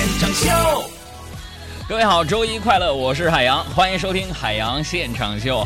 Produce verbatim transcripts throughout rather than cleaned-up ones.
场秀。 各位好，周一快乐，我是海洋，欢迎收听海洋现场秀。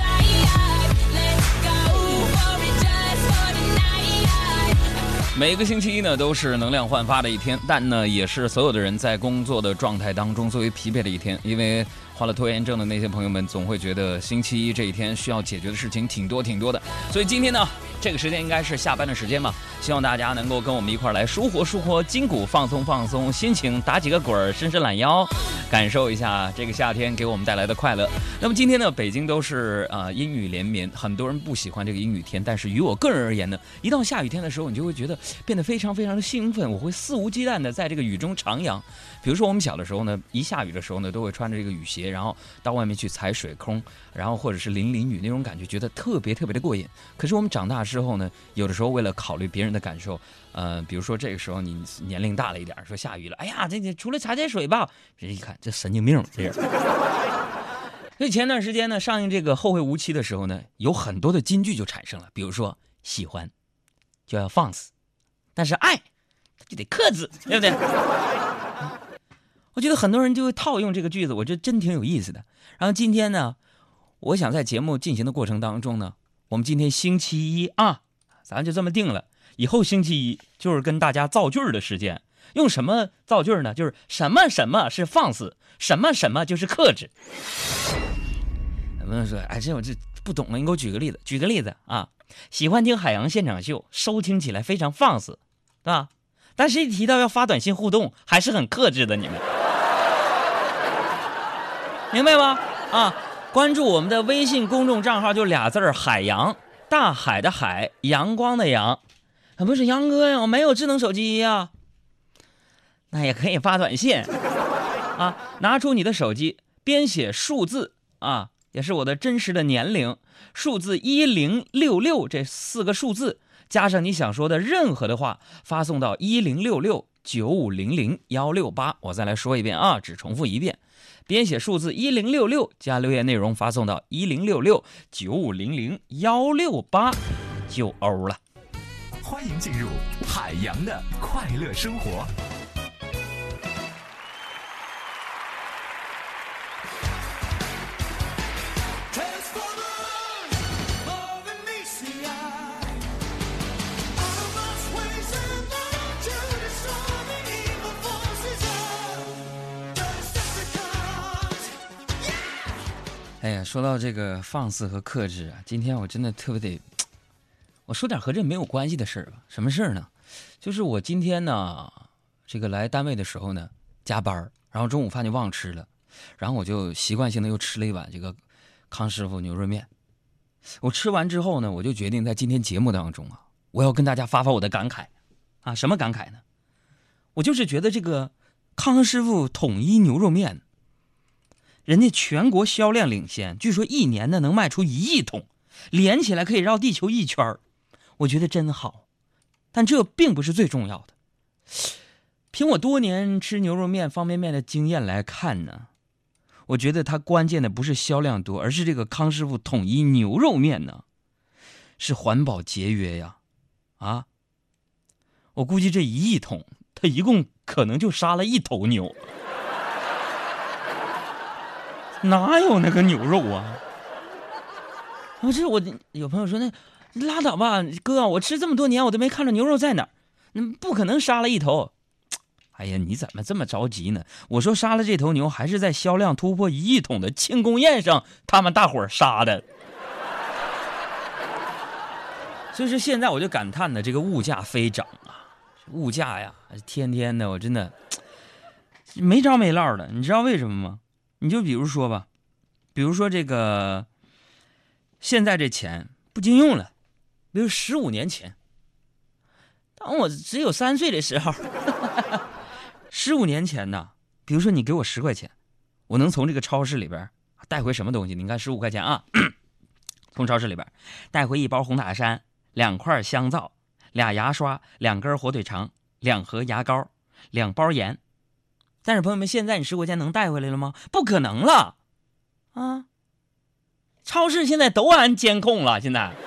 每个星期一呢都是能量焕发的一天，但呢也是所有的人在工作的状态当中最为疲惫的一天，因为患了拖延症的那些朋友们总会觉得星期一这一天需要解决的事情挺多挺多的，所以今天呢这个时间应该是下班的时间嘛，希望大家能够跟我们一块来舒活舒活筋骨，放松放松心情，打几个滚，伸伸懒腰，感受一下这个夏天给我们带来的快乐。那么今天呢北京都是呃阴雨连绵，很多人不喜欢这个阴雨天，但是于我个人而言呢，一到下雨天的时候你就会觉得变得非常非常的兴奋，我会肆无忌惮的在这个雨中徜徉。比如说我们小的时候呢，一下雨的时候呢都会穿着这个雨鞋，然后到外面去踩水空，然后或者是淋淋雨，那种感觉觉得特别特别的过瘾。可是我们长大之后呢，有的时候为了考虑别人的感受，呃，比如说这个时候你年龄大了一点，说下雨了，哎呀，这这出来踩踩水吧，这一看这神经病这人。所以前段时间呢，上映这个《后会无期》的时候呢，有很多的金句就产生了，比如说喜欢就要放肆，但是爱就得克制，对不对？我觉得很多人就会套用这个句子，我觉得真挺有意思的。然后今天呢，我想在节目进行的过程当中呢，我们今天星期一啊，咱就这么定了，以后星期一就是跟大家造句的时间。用什么造句呢？就是什么什么是放肆，什么什么就是克制。很多人说，哎，这我这不懂了，你给我举个例子。举个例子啊，喜欢听海洋现场秀，收听起来非常放肆，对吧？但是一提到要发短信互动，还是很克制的，你们明白吗？啊，关注我们的微信公众账号，就俩字儿海洋，大海的海，阳光的阳。啊，不是杨哥呀，我没有智能手机呀。那也可以发短信啊，拿出你的手机，编写数字啊，也是我的真实的年龄，数字一零六六这四个数字，加上你想说的任何的话，发送到一零六六九五零零幺六八。我再来说一遍啊，只重复一遍，编写数字一零六六加留言内容发送到一零六六九五零零幺六八就欧了。 欢迎进入海洋的快乐生活。 哎呀，说到这个放肆和克制啊，今天我真的特别得，我说点和这没有关系的事儿吧。什么事儿呢？就是我今天呢，这个来单位的时候呢，加班，然后中午饭就忘吃了，然后我就习惯性的又吃了一碗这个康师傅牛肉面。我吃完之后呢，我就决定在今天节目当中啊，我要跟大家发发我的感慨啊。什么感慨呢？我就是觉得这个康师傅统一牛肉面，人家全国销量领先，据说一年呢能卖出一亿桶，连起来可以绕地球一圈，我觉得真好。但这并不是最重要的。凭我多年吃牛肉面、方便面的经验来看呢，我觉得它关键的不是销量多，而是这个康师傅统一牛肉面呢，是环保节约呀。啊，我估计这一亿桶，它一共可能就杀了一头牛。哪有那个牛肉啊？我这我有朋友说，那拉倒吧，哥，我吃这么多年，我都没看着牛肉在哪儿，那不可能杀了一头。哎呀，你怎么这么着急呢？我说杀了这头牛，还是在销量突破一亿桶的庆功宴上，他们大伙儿杀的。所以说现在我就感叹呢，这个物价飞涨啊，物价呀，天天的，我真的没着没落的。你知道为什么吗？你就比如说吧，比如说这个，现在这钱不经用了。比如十五年前，当我只有三岁的时候，十五年前呢，比如说你给我十块钱，我能从这个超市里边带回什么东西？你看十五块钱啊，从超市里边带回一包红塔山，两块香皂，俩牙刷，两根火腿肠，两盒牙膏，两包盐。但是朋友们，现在你十块钱能带回来了吗？不可能了啊！超市现在都安监控了，现在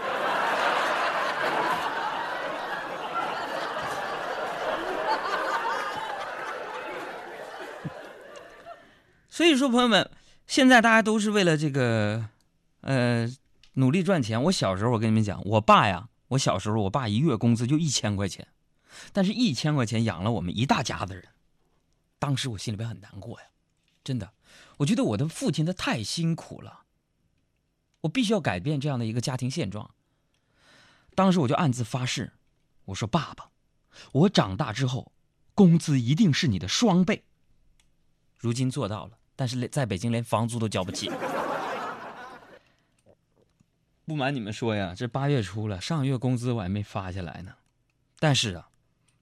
所以说，朋友们，现在大家都是为了这个，呃，努力赚钱。我小时候，我跟你们讲，我爸呀，我小时候，我爸一月工资就一千块钱，但是一千块钱养了我们一大家子人。当时我心里边很难过呀，真的，我觉得我的父亲他太辛苦了，我必须要改变这样的一个家庭现状。当时我就暗自发誓，我说爸爸，我长大之后，工资一定是你的双倍。如今做到了。但是在北京连房租都交不起。不瞒你们说呀，这八月初了，上月工资我还没发下来呢。但是啊，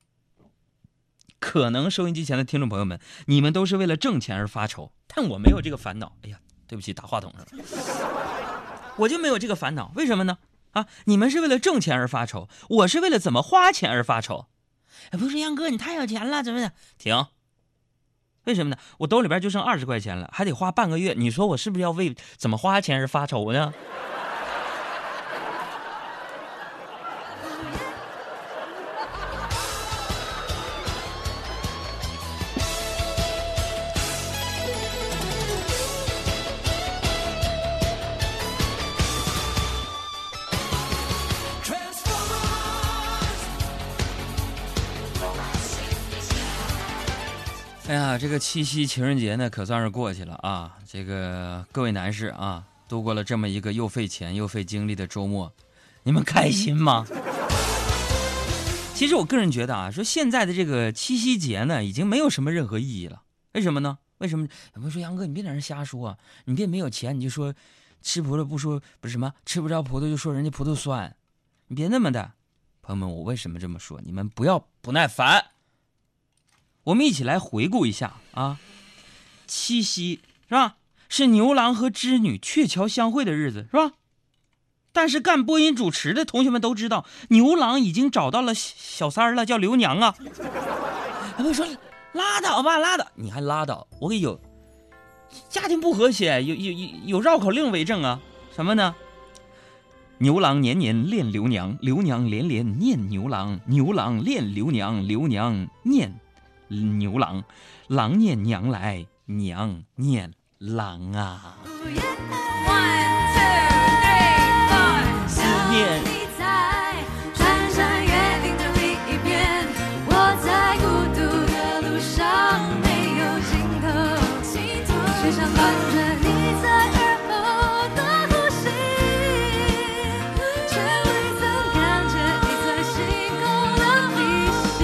可能收音机前的听众朋友们，你们都是为了挣钱而发愁，但我没有这个烦恼。哎呀，对不起，打话筒上了。我就没有这个烦恼，为什么呢？啊，你们是为了挣钱而发愁，我是为了怎么花钱而发愁。哎，不是杨哥，你太有钱了，怎么的？停。为什么呢？我兜里边就剩二十块钱了，还得花半个月。你说我是不是要为怎么花钱而发愁呢？哎呀，这个七夕情人节呢，可算是过去了啊！这个各位男士啊，度过了这么一个又费钱又费精力的周末，你们开心吗？其实我个人觉得啊，说现在的这个七夕节呢，已经没有什么任何意义了。为什么呢？为什么？有朋友说杨哥，你别在那瞎说啊！你别没有钱你就说吃葡萄不说不是什么，吃不着葡萄就说人家葡萄酸，你别那么的。朋友们，我为什么这么说？你们不要不耐烦。我们一起来回顾一下啊，七夕是吧？是牛郎和织女鹊桥相会的日子是吧？但是干播音主持的同学们都知道，牛郎已经找到了小三儿了，叫刘娘啊。他们说拉倒吧，拉倒，你还拉倒？我给有家庭不和谐，有有有有绕口令为证啊？什么呢？牛郎年年恋刘娘，刘娘连连念牛郎，牛郎恋刘娘，刘娘念牛郎，郎念娘来，娘念郎啊。思念穿山越岭的另一边，我在孤独的路上没有尽头，却想伴着你在耳后的呼吸，却未曾感觉你在心口的鼻息。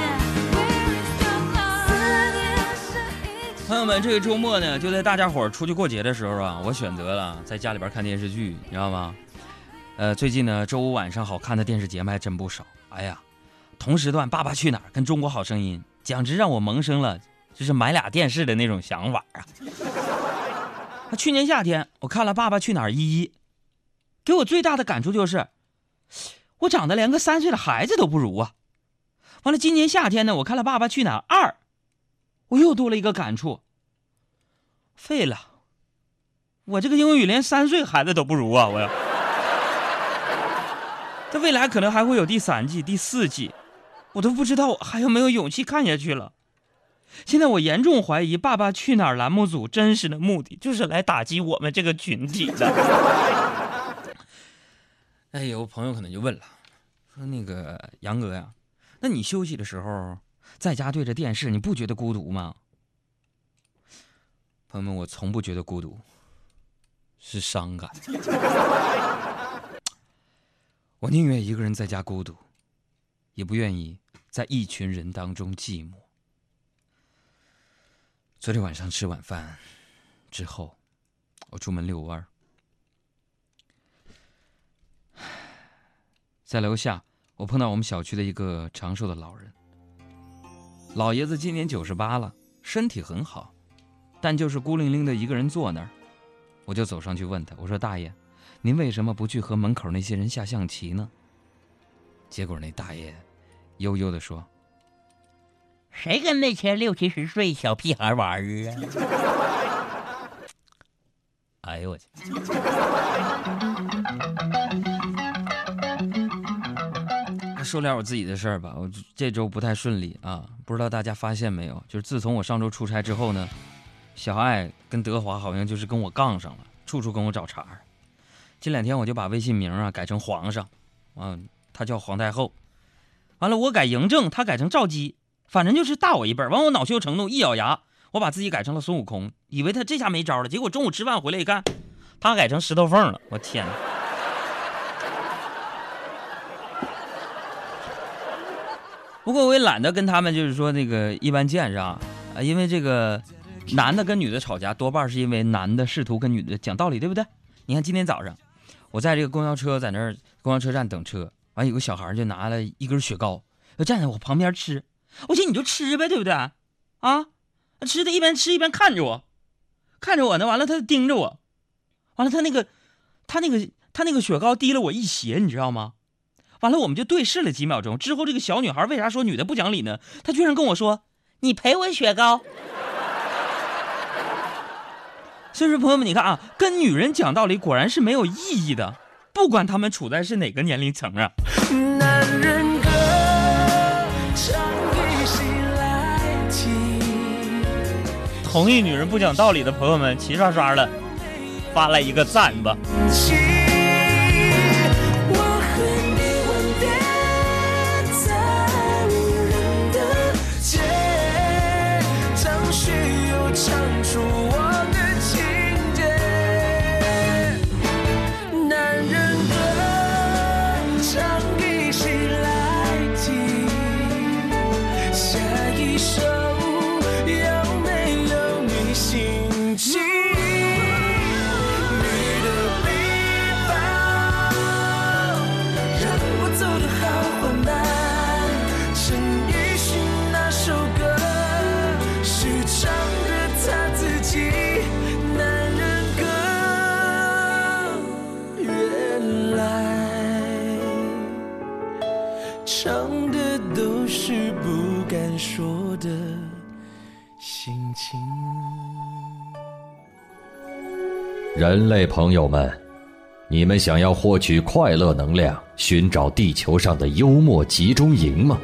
思念是一朋友们，这个周末呢，就在大家伙儿出去过节的时候啊，我选择了在家里边看电视剧，你知道吗？呃，最近呢，周五晚上好看的电视节目还真不少。哎呀，同时段《爸爸去哪儿》跟《中国好声音》，简直让我萌生了就是买俩电视的那种想法啊。去年夏天我看了《爸爸去哪儿》一，给我最大的感触就是，我长得连个三岁的孩子都不如啊。完了，今年夏天呢，我看了《爸爸去哪儿二》，我又多了一个感触，废了，我这个英语连三岁孩子都不如啊！我要。这未来可能还会有第三季、第四季，我都不知道还有没有勇气看下去了。现在我严重怀疑《爸爸去哪儿》栏目组真实的目的就是来打击我们这个群体的。哎，有朋友可能就问了，说那个杨哥呀，那你休息的时候在家对着电视，你不觉得孤独吗？朋友们，我从不觉得孤独，是伤感。我宁愿一个人在家孤独，也不愿意在一群人当中寂寞。昨天晚上吃晚饭之后，我出门遛弯，在楼下我碰到我们小区的一个长寿的老人。老爷子今年九十八了，身体很好，但就是孤零零的一个人坐那儿。我就走上去问他，我说大爷，您为什么不去和门口那些人下象棋呢？结果那大爷悠悠地说，谁跟那些六七十岁小屁孩玩啊？哎呦我去！说点我自己的事儿吧，我这周不太顺利啊，不知道大家发现没有？就是自从我上周出差之后呢， 小爱跟德华好像就是跟我杠上了，处处跟我找茬。这两天我就把微信名啊改成皇上，啊，他叫皇太后。完了，我改嬴政，他改成赵姬，反正就是大我一辈儿。完，我恼羞成怒，一咬牙，我把自己改成了孙悟空，以为他这下没招了。结果中午吃饭回来一看，他改成石头缝了。我天哪！不过我也懒得跟他们就是说那个一般见识啊，啊，因为这个男的跟女的吵架，多半是因为男的试图跟女的讲道理，对不对？你看今天早上，我在这个公交车在那儿公交车站等车。完有个小孩就拿了一根雪糕，就站在我旁边吃。我寻思你就吃呗，对不对？啊，吃的一边吃一边看着我，看着我呢。完了他就盯着我，完了他那个他那个他那个雪糕滴了我一鞋，你知道吗？完了我们就对视了几秒钟之后，这个小女孩为啥说女的不讲理呢？她居然跟我说：“你赔我雪糕。”所以说朋友们，你看啊，跟女人讲道理果然是没有意义的。不管他们处在是哪个年龄层啊。 男人歌唱一起来听。 同意女人不讲道理的朋友们，齐刷刷的发来一个赞吧。 我和你吻别在无人的街，张学友唱出我的情节。男人唱一起来听，下一首有没有你心情？你的臂膀让我走得好缓慢，陈奕迅那首歌是唱着他自己。男人歌原来唱的都是不敢说的心情。 人类朋友们，你们想要获取快乐能量，寻找地球上的幽默集中营吗？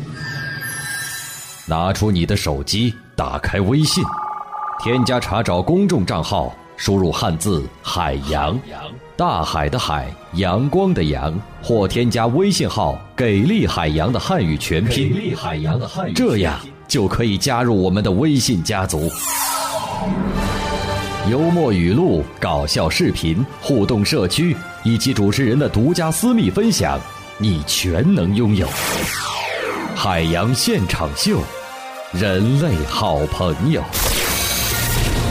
拿出你的手机，打开微信，添加查找公众账号，输入汉字海洋，大海的海，阳光的阳，或添加微信号给力海洋的汉语全拼，给力海洋的汉语全拼，这样就可以加入我们的微信家族。幽默语录、搞笑视频、互动社区以及主持人的独家私密分享，你全能拥有。海洋现场秀，人类好朋友。